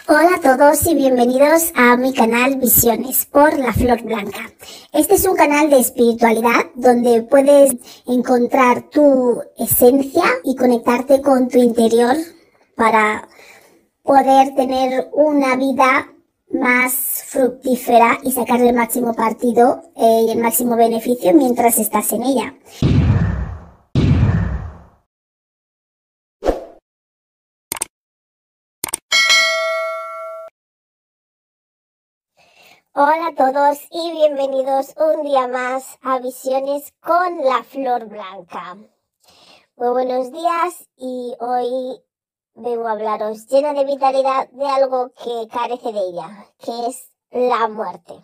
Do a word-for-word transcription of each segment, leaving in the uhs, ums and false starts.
Hola a todos y bienvenidos a mi canal Visiones por la Flor Blanca. Este es un canal de espiritualidad donde puedes encontrar tu esencia y conectarte con tu interior para poder tener una vida más fructífera y sacar el máximo partido eh, y el máximo beneficio mientras estás en ella. Hola a todos y bienvenidos un día más a Visiones con la Flor Blanca. Muy buenos días y hoy vengo a hablaros llena de vitalidad de algo que carece de ella, que es la muerte.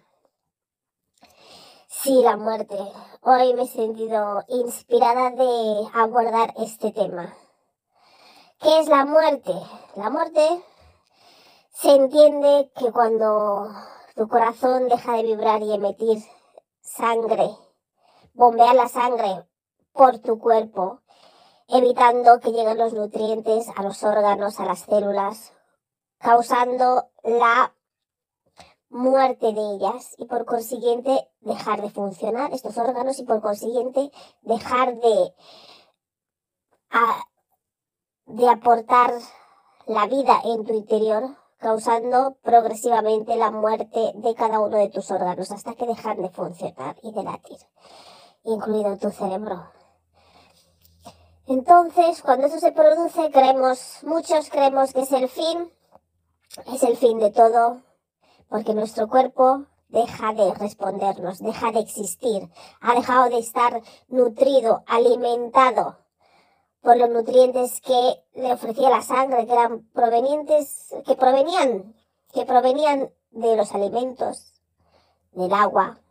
Sí, la muerte. Hoy me he sentido inspirada de abordar este tema. ¿Qué es la muerte? La muerte se entiende que cuando tu corazón deja de vibrar y emitir sangre, bombear la sangre por tu cuerpo, evitando que lleguen los nutrientes a los órganos, a las células, causando la muerte de ellas y por consiguiente dejar de funcionar estos órganos y por consiguiente dejar de, a, de aportar la vida en tu interior, causando progresivamente la muerte de cada uno de tus órganos hasta que dejan de funcionar y de latir, incluido tu cerebro. Entonces, cuando eso se produce, creemos, muchos creemos que es el fin, es el fin de todo, porque nuestro cuerpo deja de respondernos, deja de existir, ha dejado de estar nutrido, alimentado por los nutrientes que le ofrecía la sangre, que eran provenientes, que provenían, que provenían de los alimentos, del agua,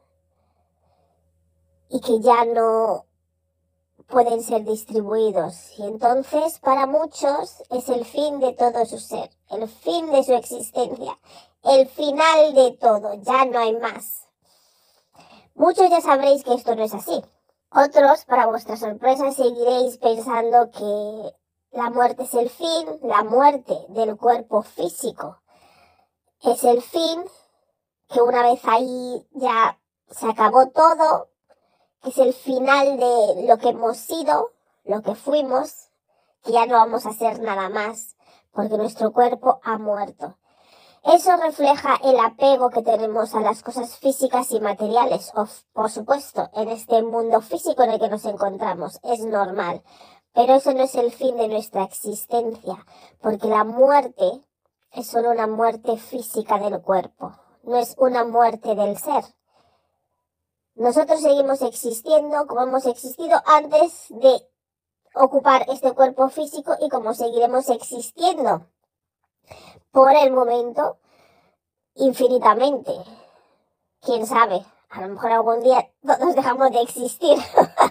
y que ya no pueden ser distribuidos. Y entonces, para muchos, es el fin de todo su ser, el fin de su existencia, el final de todo, ya no hay más. Muchos ya sabréis que esto no es así. Otros, para vuestra sorpresa, seguiréis pensando que la muerte es el fin, la muerte del cuerpo físico es el fin, que una vez ahí ya se acabó todo, que es el final de lo que hemos sido, lo que fuimos, que ya no vamos a hacer nada más, porque nuestro cuerpo ha muerto. Eso refleja el apego que tenemos a las cosas físicas y materiales, o, por supuesto, en este mundo físico en el que nos encontramos, es normal. Pero eso no es el fin de nuestra existencia, porque la muerte es solo una muerte física del cuerpo, no es una muerte del ser. Nosotros seguimos existiendo como hemos existido antes de ocupar este cuerpo físico y como seguiremos existiendo por el momento, infinitamente. ¿Quién sabe? A lo mejor algún día todos dejamos de existir.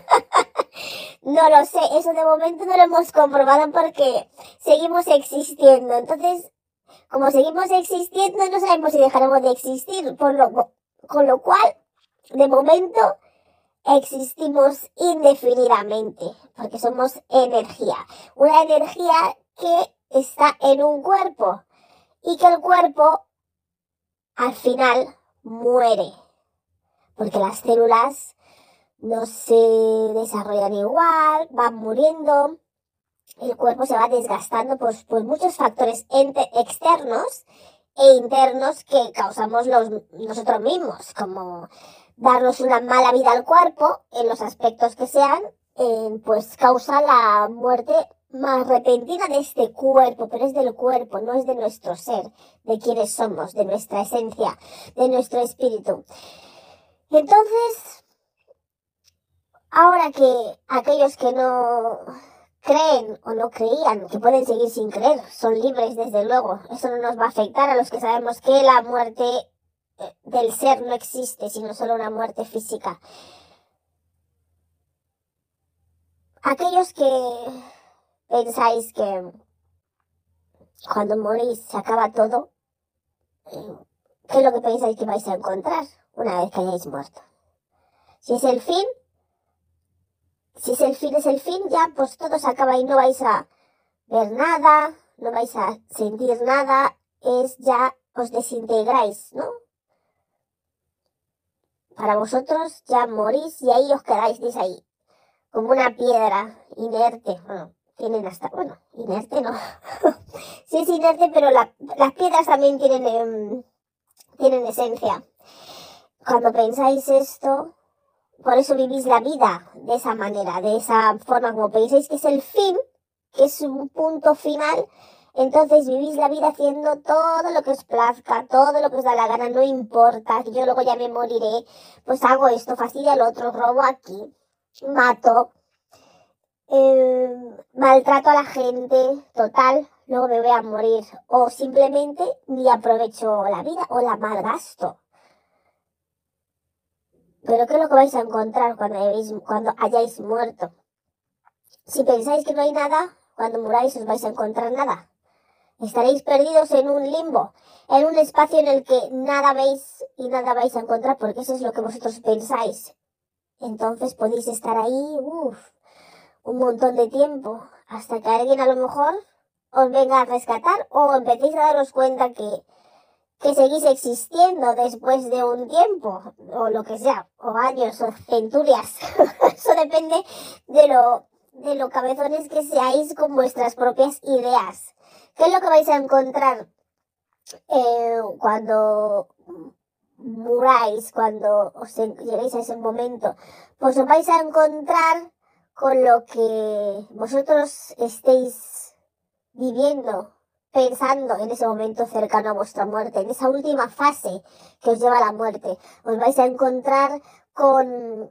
No lo sé, eso de momento no lo hemos comprobado porque seguimos existiendo. Entonces, como seguimos existiendo, no sabemos si dejaremos de existir, por lo, con lo cual, de momento, existimos indefinidamente, porque somos energía. Una energía que está en un cuerpo y que el cuerpo al final muere, porque las células no se desarrollan igual, van muriendo, el cuerpo se va desgastando por, por muchos factores ente, externos e internos que causamos los, nosotros mismos, como darnos una mala vida al cuerpo en los aspectos que sean, eh, pues causa la muerte más repentina de este cuerpo, pero es del cuerpo, no es de nuestro ser, de quienes somos, de nuestra esencia, de nuestro espíritu. Entonces, ahora que aquellos que no creen o no creían, que pueden seguir sin creer, son libres desde luego, eso no nos va a afectar a los que sabemos que la muerte del ser no existe, sino solo una muerte física. Aquellos que pensáis que cuando morís se acaba todo, ¿qué es lo que pensáis que vais a encontrar una vez que hayáis muerto? Si es el fin, si es el fin, es el fin, ya pues todo se acaba y no vais a ver nada, no vais a sentir nada, es ya os desintegráis, ¿no? Para vosotros ya morís y ahí os quedáis, dice ahí, como una piedra inerte. Bueno, tienen hasta, bueno, inerte no. Sí es inerte, pero la, las piedras también tienen, eh, tienen esencia. Cuando pensáis esto, por eso vivís la vida de esa manera, de esa forma, como pensáis que es el fin, que es un punto final, entonces vivís la vida haciendo todo lo que os plazca, todo lo que os da la gana, no importa, que yo luego ya me moriré, pues hago esto, fastidio al otro, robo aquí, mato, eh, maltrato a la gente, total, luego me voy a morir, o simplemente ni aprovecho la vida o la malgasto. Pero ¿qué es lo que vais a encontrar cuando hayáis, cuando hayáis muerto? Si pensáis que no hay nada, cuando muráis os vais a encontrar nada. Estaréis perdidos en un limbo, en un espacio en el que nada veis y nada vais a encontrar, porque eso es lo que vosotros pensáis. Entonces podéis estar ahí, uff, un montón de tiempo, hasta que alguien a lo mejor os venga a rescatar o empecéis a daros cuenta que, que seguís existiendo después de un tiempo, o lo que sea, o años, o centurias. Eso depende de lo, de lo cabezones que seáis con vuestras propias ideas. ¿Qué es lo que vais a encontrar eh, cuando muráis, cuando os lleguéis a ese momento? Pues os vais a encontrar con lo que vosotros estéis viviendo, pensando en ese momento cercano a vuestra muerte, en esa última fase que os lleva a la muerte. Os vais a encontrar con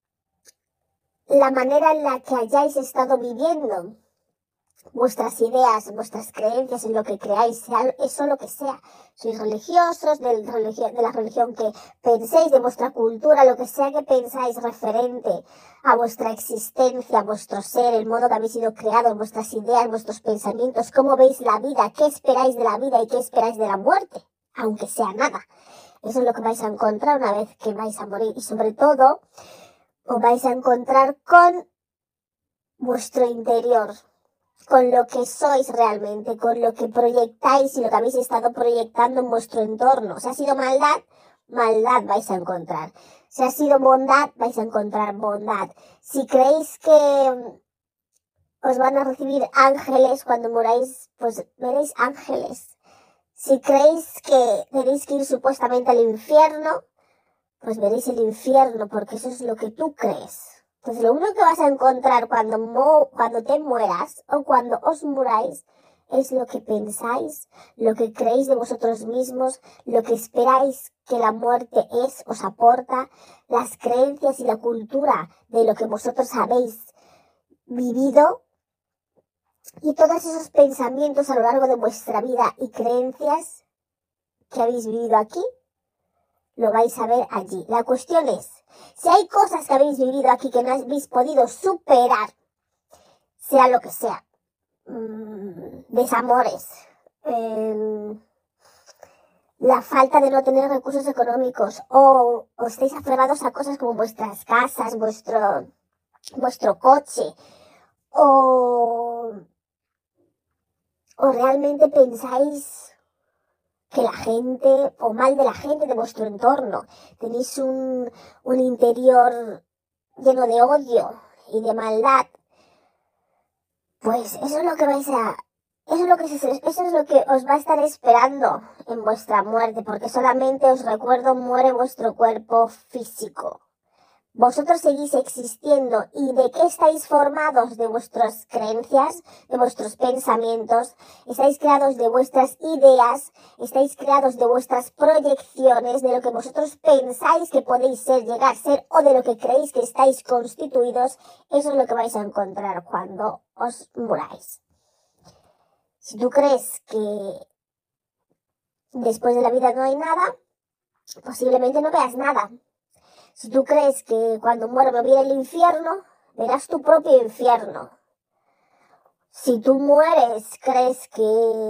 la manera en la que hayáis estado viviendo, vuestras ideas, vuestras creencias, en lo que creáis, sea eso lo que sea. Sois religiosos, de, religión, de la religión que penséis, de vuestra cultura, lo que sea que pensáis referente a vuestra existencia, a vuestro ser, el modo que habéis sido creados, vuestras ideas, vuestros pensamientos, cómo veis la vida, qué esperáis de la vida y qué esperáis de la muerte, aunque sea nada. Eso es lo que vais a encontrar una vez que vais a morir, y sobre todo os vais a encontrar con vuestro interior, con lo que sois realmente, con lo que proyectáis y lo que habéis estado proyectando en vuestro entorno. Si ha sido maldad, maldad vais a encontrar. Si ha sido bondad, vais a encontrar bondad. Si creéis que os van a recibir ángeles cuando muráis, pues veréis ángeles. Si creéis que tenéis que ir supuestamente al infierno, pues veréis el infierno, porque eso es lo que tú crees. Entonces lo único que vas a encontrar cuando, mo cuando te mueras o cuando os muráis es lo que pensáis, lo que creéis de vosotros mismos, lo que esperáis que la muerte es, os aporta, las creencias y la cultura de lo que vosotros habéis vivido, y todos esos pensamientos a lo largo de vuestra vida y creencias que habéis vivido aquí, lo vais a ver allí. La cuestión es, si hay cosas que habéis vivido aquí que no habéis podido superar, sea lo que sea, mmm, desamores, eh, la falta de no tener recursos económicos, o, o estéis aferrados a cosas como vuestras casas, vuestro, vuestro coche, o, o realmente pensáis que la gente, o mal de la gente de vuestro entorno, tenéis un, un interior lleno de odio y de maldad, pues eso es lo que vais a, eso es lo que, eso es lo que os va a estar esperando en vuestra muerte, porque solamente os recuerdo, muere vuestro cuerpo físico. Vosotros seguís existiendo, y ¿de qué estáis formados? De vuestras creencias, de vuestros pensamientos, estáis creados de vuestras ideas, estáis creados de vuestras proyecciones, de lo que vosotros pensáis que podéis ser, llegar a ser, o de lo que creéis que estáis constituidos. Eso es lo que vais a encontrar cuando os muráis. Si tú crees que después de la vida no hay nada, posiblemente no veas nada. Si tú crees que cuando muero me voy al infierno, verás tu propio infierno. Si tú mueres, crees que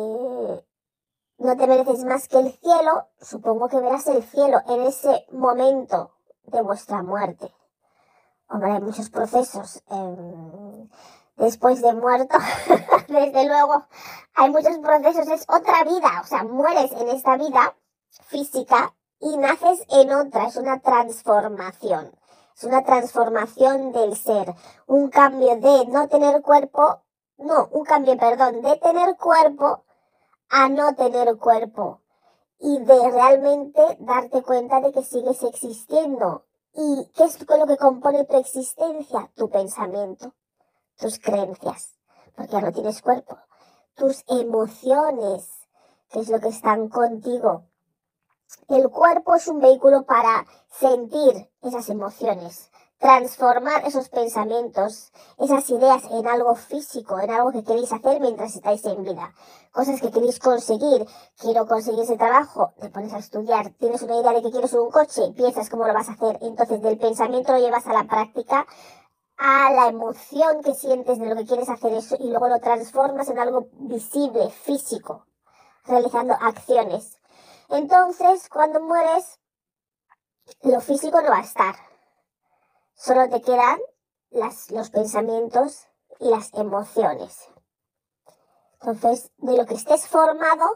no te mereces más que el cielo, supongo que verás el cielo en ese momento de vuestra muerte. Hombre, hay muchos procesos. Eh, después de muerto. Desde luego, hay muchos procesos, es otra vida, o sea, mueres en esta vida física y naces en otra, es una transformación, es una transformación del ser, un cambio de no tener cuerpo, no, un cambio, perdón, de tener cuerpo a no tener cuerpo y de realmente darte cuenta de que sigues existiendo. ¿Y qué es lo que compone tu existencia? Tu pensamiento, tus creencias, porque ya no tienes cuerpo, tus emociones, que es lo que están contigo. El cuerpo es un vehículo para sentir esas emociones, transformar esos pensamientos, esas ideas en algo físico, en algo que queréis hacer mientras estáis en vida. Cosas que queréis conseguir. Quiero conseguir ese trabajo, te pones a estudiar, tienes una idea de que quieres un coche, piensas cómo lo vas a hacer, entonces del pensamiento lo llevas a la práctica, a la emoción que sientes de lo que quieres hacer eso y luego lo transformas en algo visible, físico, realizando acciones. Entonces, cuando mueres, lo físico no va a estar. Solo te quedan las, los pensamientos y las emociones. Entonces, de lo que estés formado,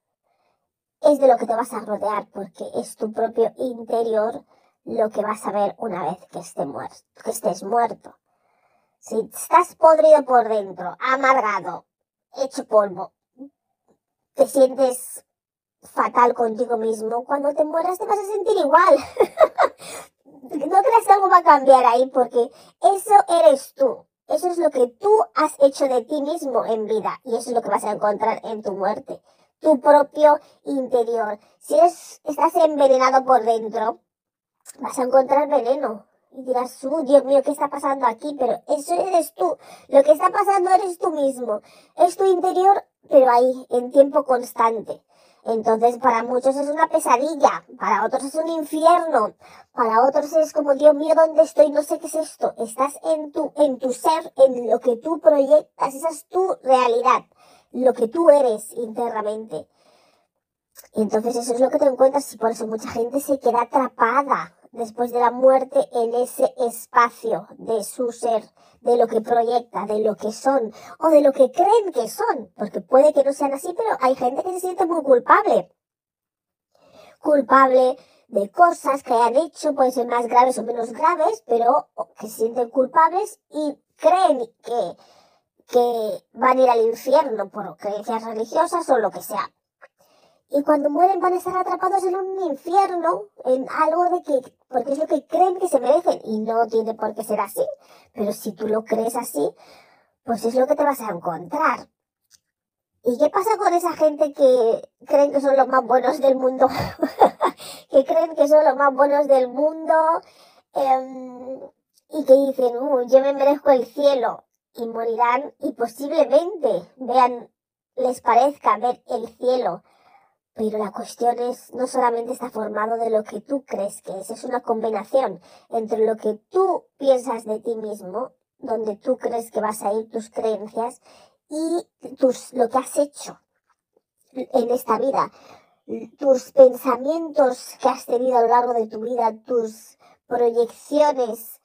es de lo que te vas a rodear, porque es tu propio interior lo que vas a ver una vez que, esté muerto, que estés muerto. Si estás podrido por dentro, amargado, hecho polvo, te sientes fatal contigo mismo, cuando te mueras te vas a sentir igual. No creas que algo va a cambiar ahí, porque eso eres tú. Eso es lo que tú has hecho de ti mismo en vida, y eso es lo que vas a encontrar en tu muerte. Tu propio interior. Si eres, estás envenenado por dentro, vas a encontrar veneno. Y dirás, uh, Dios mío, ¿qué está pasando aquí? Pero eso eres tú. Lo que está pasando eres tú mismo. Es tu interior, pero ahí, en tiempo constante. Entonces, para muchos es una pesadilla, para otros es un infierno, para otros es como, Dios mío, ¿dónde estoy? No sé qué es esto. Estás en tu, en tu ser, en lo que tú proyectas, esa es tu realidad, lo que tú eres internamente. Y entonces eso es lo que te encuentras y por eso mucha gente se queda atrapada después de la muerte en ese espacio de su ser, de lo que proyecta, de lo que son o de lo que creen que son, porque puede que no sean así, pero hay gente que se siente muy culpable. Culpable de cosas que hayan hecho, pueden ser más graves o menos graves, pero que se sienten culpables y creen que, que van a ir al infierno por creencias religiosas o lo que sea. Y cuando mueren van a estar atrapados en un infierno, en algo de que, porque es lo que creen que se merecen, y no tiene por qué ser así. Pero si tú lo crees así, pues es lo que te vas a encontrar. ¿Y qué pasa con esa gente que creen que son los más buenos del mundo? Que creen que son los más buenos del mundo, eh, y que dicen, uh, yo me merezco el cielo, y morirán, y posiblemente vean, les parezca ver el cielo. Pero la cuestión es, no solamente está formado de lo que tú crees que es, es una combinación entre lo que tú piensas de ti mismo, donde tú crees que vas a ir tus creencias, y tus, lo que has hecho en esta vida, tus pensamientos que has tenido a lo largo de tu vida, tus proyecciones,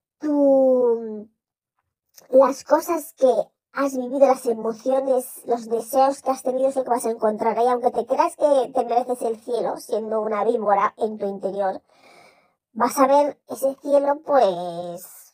tu, las cosas que has vivido, las emociones, los deseos que has tenido, es lo que vas a encontrar ahí. Aunque te creas que te mereces el cielo, siendo una víbora en tu interior, vas a ver ese cielo, pues,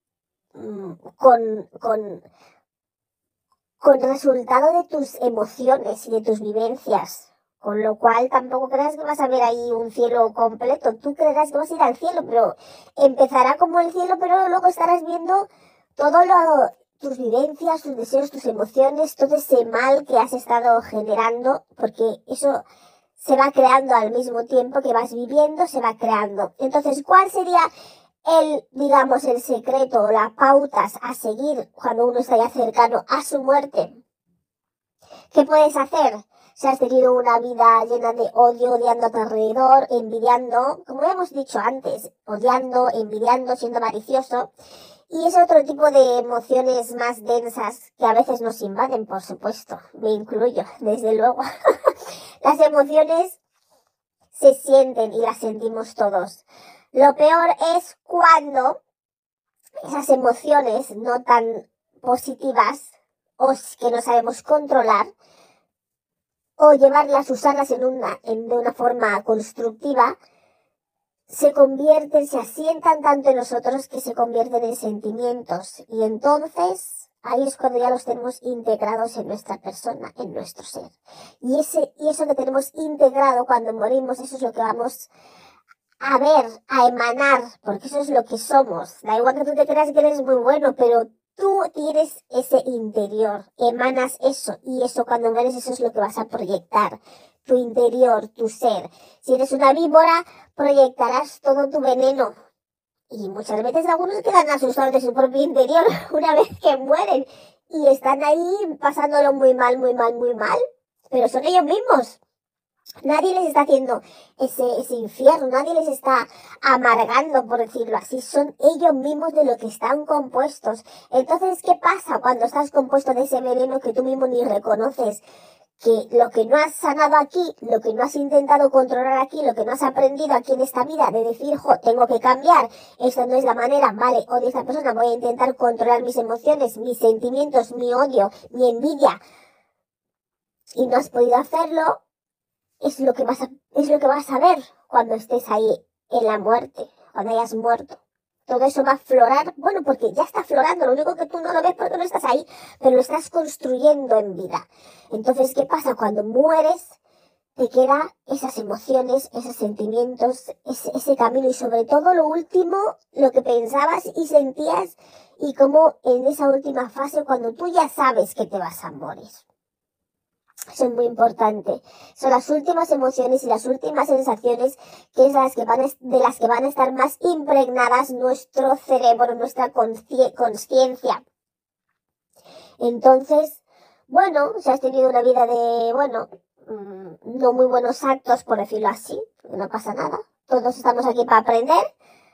con, con, con resultado de tus emociones y de tus vivencias. Con lo cual tampoco creas que vas a ver ahí un cielo completo. Tú creerás que vas a ir al cielo, pero empezará como el cielo, pero luego estarás viendo todo lo, tus vivencias, tus deseos, tus emociones, todo ese mal que has estado generando, porque eso se va creando al mismo tiempo que vas viviendo, se va creando. Entonces, ¿cuál sería el, digamos, el secreto, las pautas a seguir cuando uno está ya cercano a su muerte? ¿Qué puedes hacer? Si has tenido una vida llena de odio, odiando a tu alrededor, envidiando, como hemos dicho antes, odiando, envidiando, siendo malicioso. Y es otro tipo de emociones más densas que a veces nos invaden, por supuesto. Me incluyo, desde luego. Las emociones se sienten y las sentimos todos. Lo peor es cuando esas emociones no tan positivas o que no sabemos controlar, o llevarlas, usarlas en una, en, de una forma constructiva, se convierten, se asientan tanto en nosotros que se convierten en sentimientos. Y entonces, ahí es cuando ya los tenemos integrados en nuestra persona, en nuestro ser. Y ese, y eso que tenemos integrado cuando morimos, eso es lo que vamos a ver, a emanar, porque eso es lo que somos. Da igual que tú te creas que eres muy bueno, pero tú tienes ese interior, emanas eso, y eso cuando mueres, eso es lo que vas a proyectar. Tu interior, tu ser. Si eres una víbora, proyectarás todo tu veneno. Y muchas veces algunos quedan asustados de su propio interior una vez que mueren. Y están ahí pasándolo muy mal, muy mal, muy mal. Pero son ellos mismos. Nadie les está haciendo ese, ese infierno, nadie les está amargando, por decirlo así. Son ellos mismos de lo que están compuestos. Entonces, ¿qué pasa cuando estás compuesto de ese veneno que tú mismo ni reconoces? Que lo que no has sanado aquí, lo que no has intentado controlar aquí, lo que no has aprendido aquí en esta vida, de decir, jo, tengo que cambiar, esta no es la manera, vale, odio a esta persona, voy a intentar controlar mis emociones, mis sentimientos, mi odio, mi envidia, y no has podido hacerlo, es lo que vas a, es lo que vas a ver cuando estés ahí en la muerte, cuando hayas muerto. Todo eso va a aflorar, bueno, porque ya está aflorando, lo único que tú no lo ves porque no estás ahí, pero lo estás construyendo en vida. Entonces, ¿qué pasa? Cuando mueres, te quedan esas emociones, esos sentimientos, ese, ese camino y sobre todo lo último, lo que pensabas y sentías y como en esa última fase, cuando tú ya sabes que te vas a morir. Eso es muy importante. Son las últimas emociones y las últimas sensaciones que es las que van a, de las que van a estar más impregnadas nuestro cerebro, nuestra conciencia. Entonces, bueno, si has tenido una vida de, bueno, no muy buenos actos, por decirlo así, no pasa nada. Todos estamos aquí para aprender,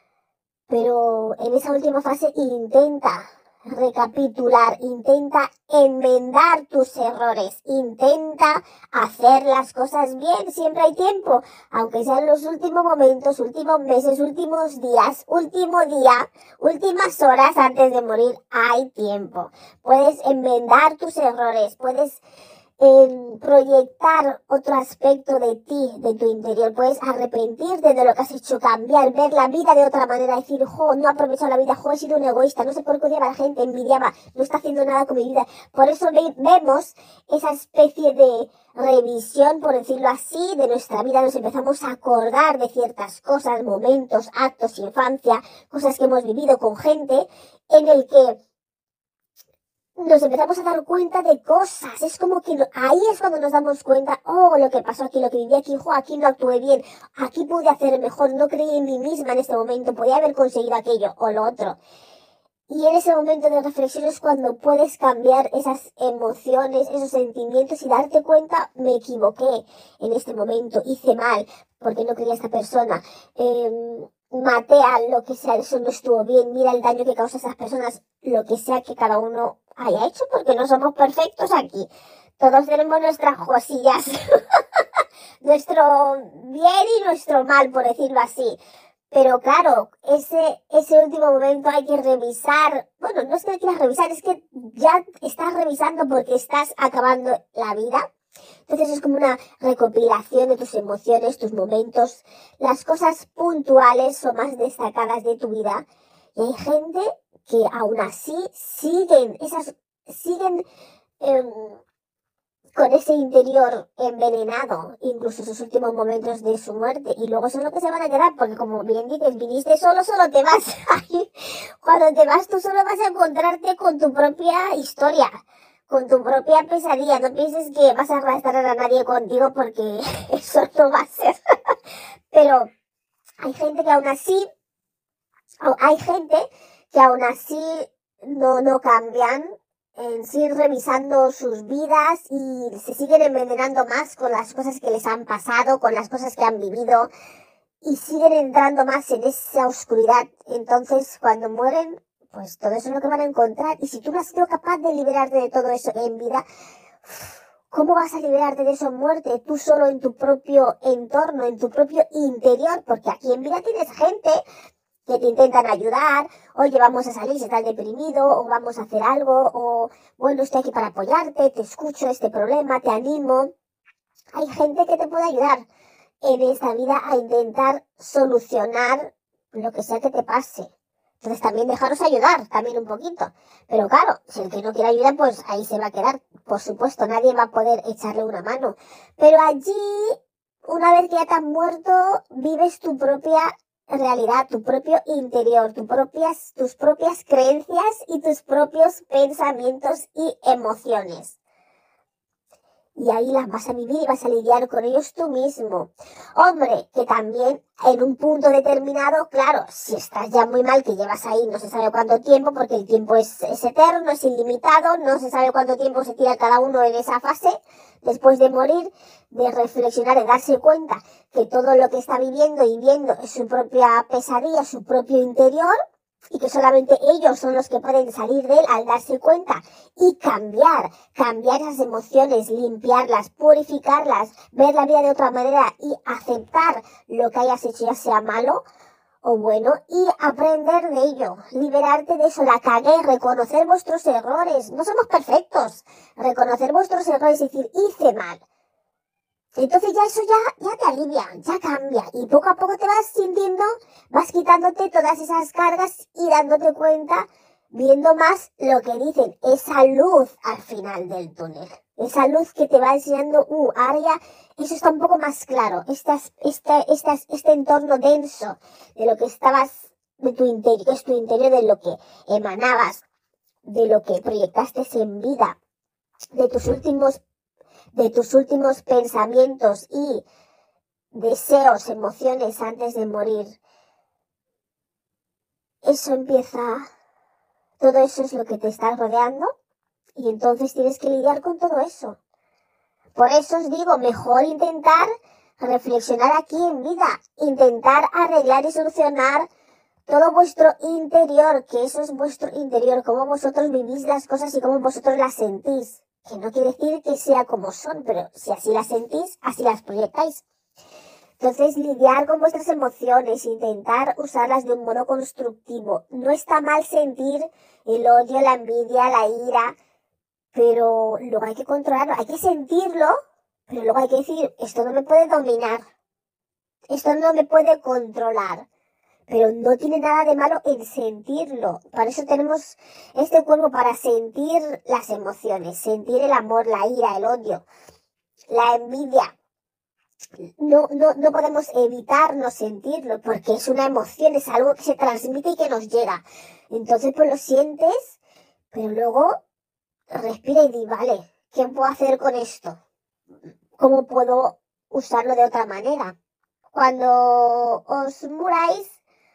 pero en esa última fase intenta recapitular, intenta enmendar tus errores, intenta hacer las cosas bien, siempre hay tiempo, aunque sean los últimos momentos, últimos meses, últimos días, último día, últimas horas antes de morir, hay tiempo. Puedes enmendar tus errores, puedes eh, proyectar otro aspecto de ti, de tu interior. Puedes arrepentirte de lo que has hecho, cambiar, ver la vida de otra manera, decir, jo, no he aprovechado la vida, jo, he sido un egoísta, no sé por qué odiaba a la gente, envidiaba, no está haciendo nada con mi vida. Por eso ve vemos esa especie de revisión, por decirlo así, de nuestra vida. Nos empezamos a acordar de ciertas cosas, momentos, actos, infancia, cosas que hemos vivido con gente, en el que nos empezamos a dar cuenta de cosas. Es como que no, ahí es cuando nos damos cuenta, oh, lo que pasó aquí, lo que viví aquí, jo, aquí no actué bien, aquí pude hacer mejor, no creí en mí misma en este momento, podía haber conseguido aquello o lo otro. Y en ese momento de reflexión es cuando puedes cambiar esas emociones, esos sentimientos y darte cuenta, me equivoqué en este momento, hice mal, porque no quería a esta persona, eh, maté a lo que sea, eso no estuvo bien, mira el daño que causa a esas personas, lo que sea que cada uno haya hecho, porque no somos perfectos aquí. Todos tenemos nuestras cosillas, nuestro bien y nuestro mal, por decirlo así. Pero claro, ese, ese último momento hay que revisar, bueno, no es que quieras revisar, es que ya estás revisando porque estás acabando la vida. Entonces es como una recopilación de tus emociones, tus momentos, las cosas puntuales o más destacadas de tu vida. Y hay gente que aún así siguen, esas, siguen eh, con ese interior envenenado, incluso sus últimos momentos de su muerte. Y luego eso es lo que se van a quedar, porque como bien dices, viniste solo, solo te vas. Cuando te vas tú solo vas a encontrarte con tu propia historia, con tu propia pesadilla. No pienses que vas a arrastrar a nadie contigo, porque eso no va a ser. Pero hay gente que aún así, hay gente que aún así no, no cambian, en seguir revisando sus vidas y se siguen envenenando más con las cosas que les han pasado, con las cosas que han vivido y siguen entrando más en esa oscuridad. Entonces, cuando mueren, pues todo eso es lo que van a encontrar. Y si tú no has sido capaz de liberarte de todo eso en vida, ¿cómo vas a liberarte de eso en muerte? Tú solo en tu propio entorno, en tu propio interior, porque aquí en vida tienes gente que te intentan ayudar, oye, vamos a salir si estás deprimido, o vamos a hacer algo, o bueno, estoy aquí para apoyarte, te escucho este problema, te animo. Hay gente que te puede ayudar en esta vida a intentar solucionar lo que sea que te pase. Entonces también dejaros ayudar, también un poquito. Pero claro, si el que no quiere ayuda, pues ahí se va a quedar. Por supuesto, nadie va a poder echarle una mano. Pero allí, una vez que ya te has muerto, vives tu propia realidad, tu propio interior, tu propias, tus propias creencias y tus propios pensamientos y emociones. Y ahí las vas a vivir y vas a lidiar con ellos tú mismo. Hombre, que también en un punto determinado, claro, si estás ya muy mal, que llevas ahí no se sabe cuánto tiempo, porque el tiempo es, es eterno, es ilimitado, no se sabe cuánto tiempo se tira cada uno en esa fase, después de morir, de reflexionar, de darse cuenta que todo lo que está viviendo y viendo es su propia pesadilla, su propio interior, y que solamente ellos son los que pueden salir de él al darse cuenta y cambiar, cambiar esas emociones, limpiarlas, purificarlas, ver la vida de otra manera y aceptar lo que hayas hecho, ya sea malo o bueno, y aprender de ello, liberarte de eso, la cagué, reconocer vuestros errores, no somos perfectos, reconocer vuestros errores y decir, hice mal. Entonces ya eso ya, ya te alivia, ya cambia y poco a poco te vas sintiendo, vas quitándote todas esas cargas y dándote cuenta, viendo más lo que dicen, esa luz al final del túnel, esa luz que te va enseñando, uh, ahora ya eso está un poco más claro, estas, este, estas, este entorno denso de lo que estabas, de tu interior, que es tu interior, de lo que emanabas, de lo que proyectaste en vida, de tus últimos de tus últimos pensamientos y deseos, emociones antes de morir. Eso empieza, todo eso es lo que te está rodeando y entonces tienes que lidiar con todo eso. Por eso os digo, mejor intentar reflexionar aquí en vida, intentar arreglar y solucionar todo vuestro interior, que eso es vuestro interior, cómo vosotros vivís las cosas y cómo vosotros las sentís. Que no quiere decir que sea como son, pero si así las sentís, así las proyectáis. Entonces, lidiar con vuestras emociones, intentar usarlas de un modo constructivo. No está mal sentir el odio, la envidia, la ira, pero luego hay que controlarlo, hay que sentirlo, pero luego hay que decir, esto no me puede dominar, esto no me puede controlar. Pero no tiene nada de malo en sentirlo. Para eso tenemos este cuerpo, para sentir las emociones, sentir el amor, la ira, el odio, la envidia. No, no, no podemos evitarnos sentirlo porque es una emoción, es algo que se transmite y que nos llega. Entonces pues lo sientes, pero luego respira y di, vale, ¿qué puedo hacer con esto? ¿Cómo puedo usarlo de otra manera? Cuando os muráis,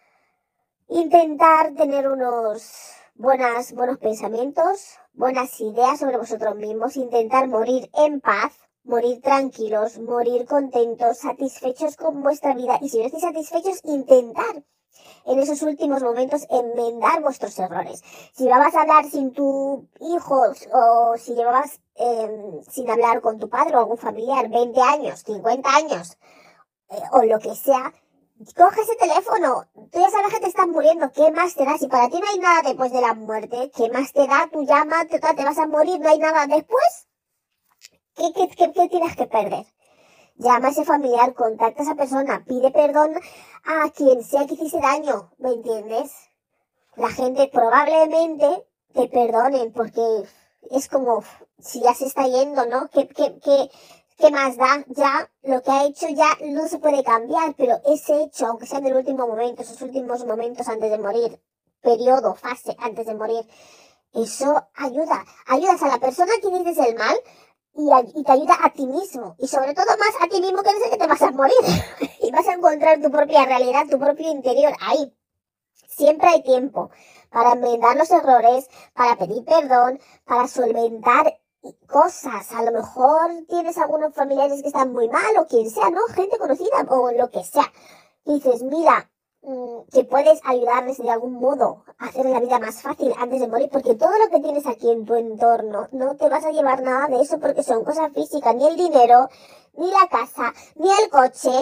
intentar tener unos buenas, buenos pensamientos, buenas ideas sobre vosotros mismos, intentar morir en paz, morir tranquilos, morir contentos, satisfechos con vuestra vida. Y si no estáis satisfechos, intentar en esos últimos momentos enmendar vuestros errores. Si vas a hablar sin tu hijo o si llevabas eh, sin hablar con tu padre o algún familiar veinte años, cincuenta años eh, o lo que sea, coge ese teléfono, tú ya sabes que te estás muriendo, ¿qué más te da? Si para ti no hay nada después de la muerte, ¿qué más te da? Tú llamas, te, te vas a morir, no hay nada después. ¿Qué, qué, qué, qué tienes que perder? Llama a ese familiar, contacta a esa persona, pide perdón a quien sea que hiciese daño, ¿me entiendes? La gente probablemente te perdonen porque es como, si ya se está yendo, ¿no? ¿Qué, qué, qué, qué más da? Ya, lo que ha hecho ya no se puede cambiar, pero ese hecho, aunque sea en el último momento, esos últimos momentos antes de morir, periodo, fase antes de morir, eso ayuda. Ayudas a la persona que dices el mal, Y, y te ayuda a ti mismo. Y sobre todo más a ti mismo, que dices que te vas a morir. Y vas a encontrar tu propia realidad, tu propio interior ahí. Siempre hay tiempo para enmendar los errores, para pedir perdón, para solventar cosas. A lo mejor tienes algunos familiares que están muy mal o quien sea, ¿no? Gente conocida o lo que sea. Y dices, mira, que puedes ayudarles de algún modo a hacer la vida más fácil antes de morir, porque todo lo que tienes aquí en tu entorno no te vas a llevar nada de eso porque son cosas físicas, ni el dinero, ni la casa, ni el coche,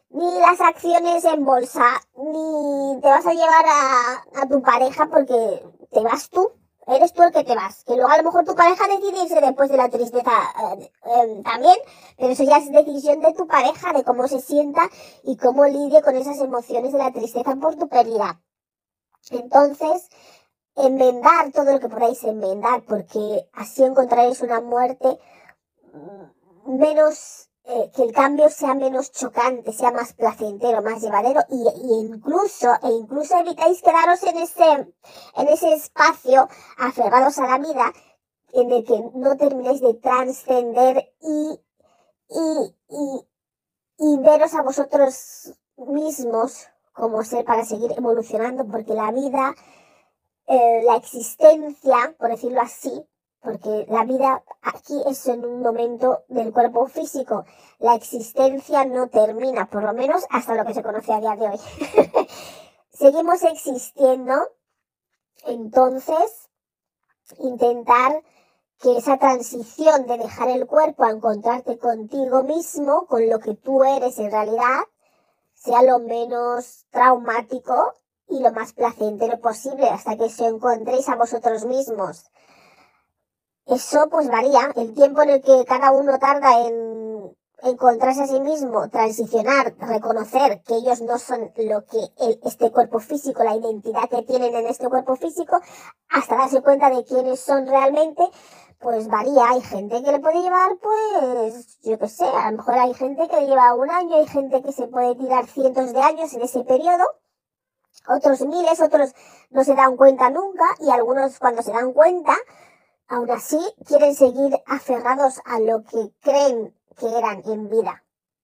ni las acciones en bolsa, ni te vas a llevar a, a tu pareja porque te vas tú. Eres tú el que te vas, que luego a lo mejor tu pareja decide irse después de la tristeza eh, eh, también, pero eso ya es decisión de tu pareja, de cómo se sienta y cómo lidie con esas emociones de la tristeza por tu pérdida. Entonces, enmendar todo lo que podáis enmendar, porque así encontraréis una muerte menos, eh, que el cambio sea menos chocante, sea más placentero, más llevadero, y, y incluso, e incluso evitáis quedaros en ese, en ese espacio aferrados a la vida, en el que no terminéis de trascender y, y, y, y veros a vosotros mismos como ser para seguir evolucionando, porque la vida, eh, la existencia, por decirlo así, porque la vida aquí es en un momento del cuerpo físico, la existencia no termina, por lo menos hasta lo que se conoce a día de hoy. Seguimos existiendo, entonces intentar que esa transición de dejar el cuerpo a encontrarte contigo mismo, con lo que tú eres en realidad, sea lo menos traumático y lo más placentero posible hasta que os encontréis a vosotros mismos. Eso pues varía, el tiempo en el que cada uno tarda en encontrarse a sí mismo, transicionar, reconocer que ellos no son lo que el, este cuerpo físico, la identidad que tienen en este cuerpo físico, hasta darse cuenta de quiénes son realmente, pues varía. Hay gente que le puede llevar, pues, yo qué sé, a lo mejor hay gente que le lleva un año, hay gente que se puede tirar cientos de años en ese periodo, otros miles, otros no se dan cuenta nunca, y algunos cuando se dan cuenta, aún así quieren seguir aferrados a lo que creen que eran en vida.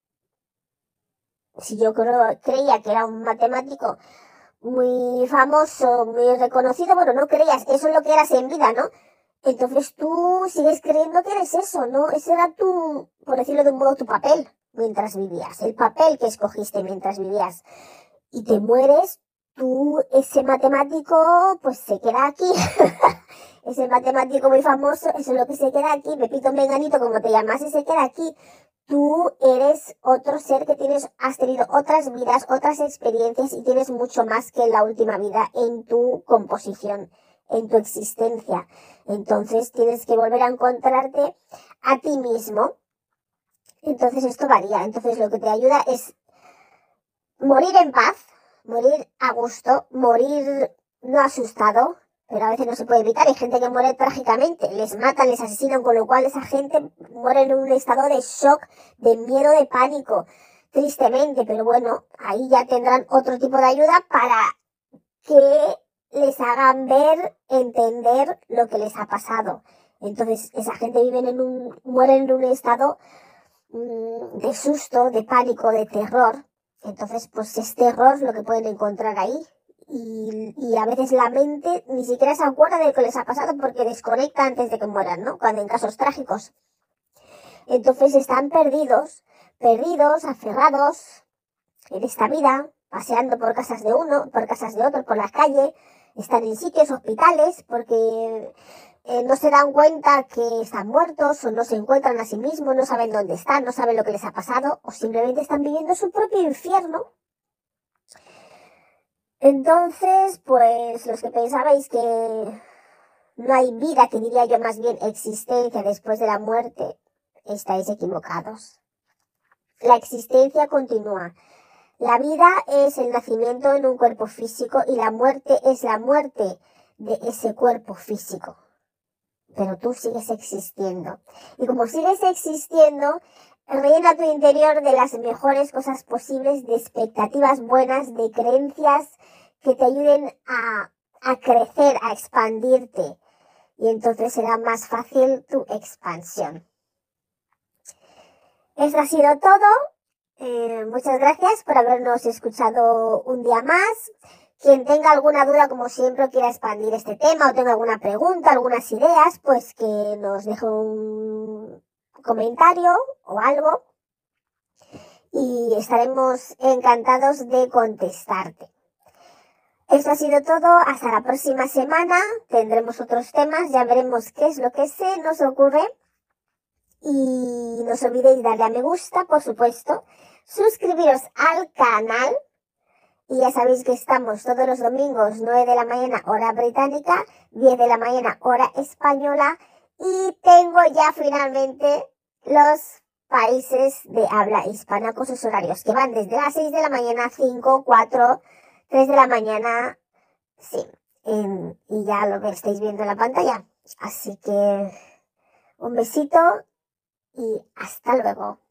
Si yo creo, creía que era un matemático muy famoso, muy reconocido, bueno, no creías, eso es lo que eras en vida, ¿no? Entonces tú sigues creyendo que eres eso, ¿no? Ese era tu, por decirlo de un modo, tu papel mientras vivías, el papel que escogiste mientras vivías. Y te mueres, tú, ese matemático, pues se queda aquí. Ese matemático muy famoso, eso es lo que se queda aquí. Pepito Menganito, como te llamas, se queda aquí. Tú eres otro ser que tienes, has tenido otras vidas, otras experiencias y tienes mucho más que la última vida en tu composición, en tu existencia. Entonces tienes que volver a encontrarte a ti mismo. Entonces esto varía. Entonces lo que te ayuda es morir en paz, morir a gusto, morir no asustado, pero a veces no se puede evitar. Hay gente que muere trágicamente, les matan, les asesinan, con lo cual esa gente muere en un estado de shock, de miedo, de pánico, tristemente, pero bueno, ahí ya tendrán otro tipo de ayuda para que les hagan ver, entender lo que les ha pasado. Entonces, esa gente vive en un, muere en un estado mmm, de susto, de pánico, de terror. Entonces, pues es terror lo que pueden encontrar ahí. Y, y a veces la mente ni siquiera se acuerda de lo que les ha pasado porque desconecta antes de que mueran, ¿no? Cuando en casos trágicos. Entonces están perdidos, perdidos, aferrados en esta vida, paseando por casas de uno, por casas de otro, por la calle, están en sitios, hospitales, porque eh, no se dan cuenta que están muertos o no se encuentran a sí mismos, no saben dónde están, no saben lo que les ha pasado o simplemente están viviendo su propio infierno. Entonces, pues los que pensabais que no hay vida, que diría yo más bien existencia después de la muerte, estáis equivocados. La existencia continúa. La vida es el nacimiento en un cuerpo físico y la muerte es la muerte de ese cuerpo físico. Pero tú sigues existiendo. Y como sigues existiendo, rellena tu interior de las mejores cosas posibles, de expectativas buenas, de creencias que te ayuden a, a crecer, a expandirte. Y entonces será más fácil tu expansión. Esto ha sido todo. Eh, muchas gracias por habernos escuchado un día más. Quien tenga alguna duda, como siempre, quiera expandir este tema o tenga alguna pregunta, algunas ideas, pues que nos deje un comentario o algo y estaremos encantados de contestarte. Esto ha sido todo. Hasta la próxima semana. Tendremos otros temas. Ya veremos qué es lo que se nos ocurre. Y no os olvidéis darle a me gusta, por supuesto, suscribiros al canal. Y ya sabéis que estamos todos los domingos, nueve de la mañana, hora británica, diez de la mañana, hora española. Y tengo ya finalmente los países de habla hispana con sus horarios, que van desde las seis de la mañana, cinco, cuatro, tres de la mañana, sí. En, y ya lo estáis viendo en la pantalla. Así que un besito y hasta luego.